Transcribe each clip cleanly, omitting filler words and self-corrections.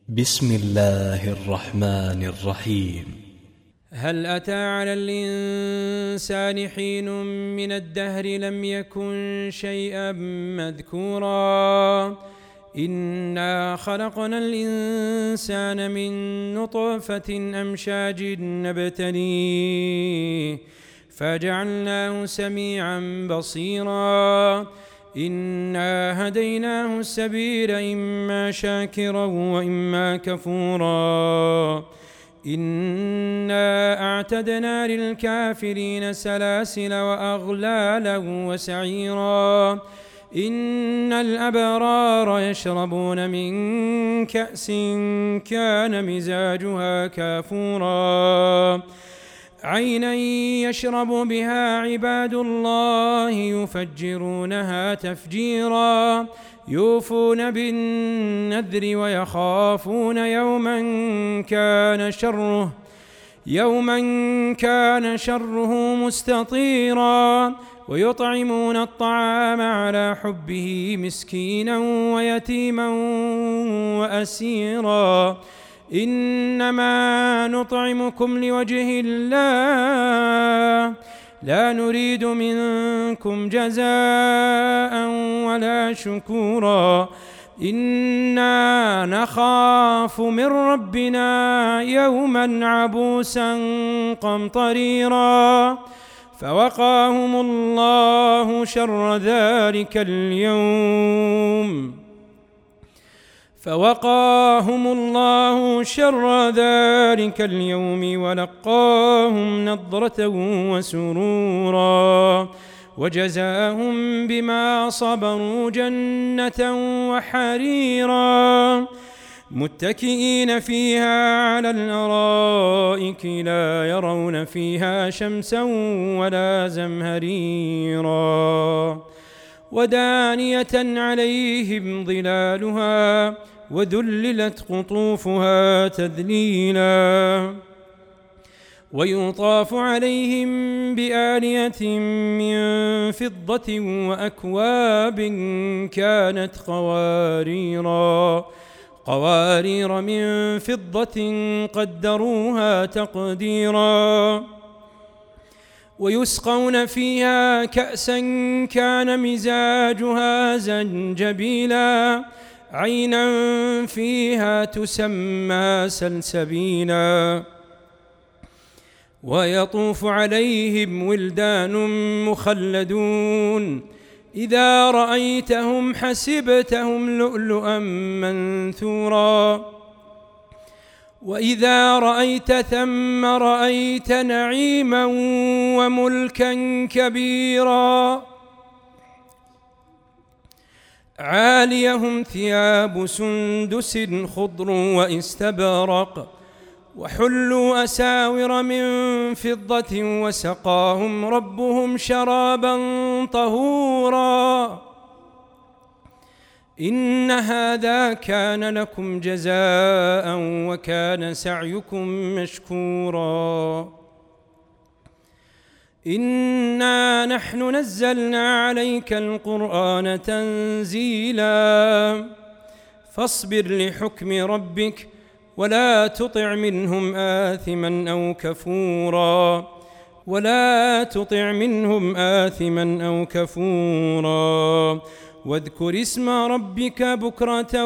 بسم الله الرحمن الرحيم. هل أتى على الإنسان حين من الدهر لم يكن شيئا مذكورا إنا خلقنا الإنسان من نطفة أمشاج نبتليه فجعلناه سميعا بصيرا إنا هديناه السبيل إما شاكرا وإما كفورا إنا أعتدنا للكافرين سلاسل وأغلالا وسعيرا إن الأبرار يشربون من كأس كان مزاجها كافورا عينا يشرب بها عباد الله يفجرونها تفجيرا يوفون بالنذر ويخافون يوما كان شره مستطيرا ويطعمون الطعام على حبه مسكينا ويتيما وأسيرا إنما نطعمكم لوجه الله لا نريد منكم جزاء ولا شكورا إنا نخاف من ربنا يوما عبوسا قمطريرا فوقاهم الله شر ذلك اليوم ولقاهم نضرة وسرورا وجزاهم بما صبروا جنة وحريرا متكئين فيها على الأرائك لا يرون فيها شمسا ولا زمهريرا ودانية عليهم ظلالها وذللت قطوفها تذليلا ويطاف عليهم بآنية من فضة وأكواب كانت قوارير من فضة قدروها تقديرا ويسقون فيها كأسا كان مزاجها زنجبيلا عينا فيها تسمى سلسبيلا ويطوف عليهم ولدان مخلدون إذا رأيتهم حسبتهم لؤلؤا منثورا وإذا رأيت ثم رأيت نعيما وملكا كبيرا عاليهم ثياب سندس خضر واستبرق وحلوا أساور من فضة وسقاهم ربهم شرابا طهورا إن هذا كان لكم جزاء وكان سعيكم مشكورا إنا نحن نزلنا عليك القرآن تنزيلا فاصبر لحكم ربك ولا تطع منهم آثما أو كفورا واذكر اسم ربك بكرة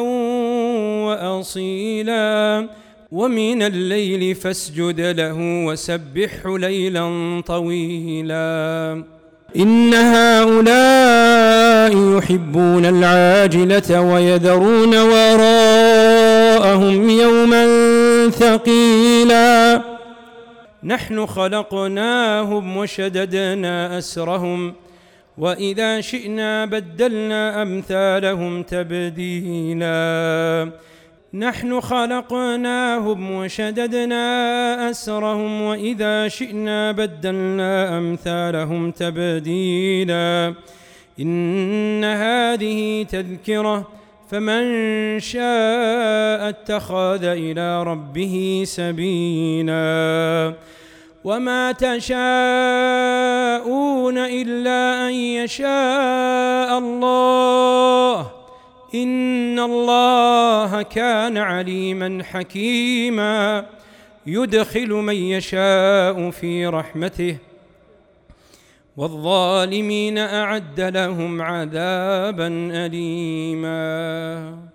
وأصيلا ومن الليل فاسجد له وسبحه ليلا طويلا إن هؤلاء يحبون العاجلة ويذرون وراءهم يوما ثقيلا نحن خلقناهم وشددنا أسرهم وإذا شئنا بدلنا أمثالهم تبديلا نحن خلقناهم وشددنا أسرهم وإذا شئنا بدلنا أمثالهم تبديلا إن هذه تذكرة فمن شاء اتخذ إلى ربه سبيلا وما تشاءون إلا أن يشاء الله إن الله كان عليما حكيما يدخل من يشاء في رحمته والظالمين أعد لهم عذابا أليما.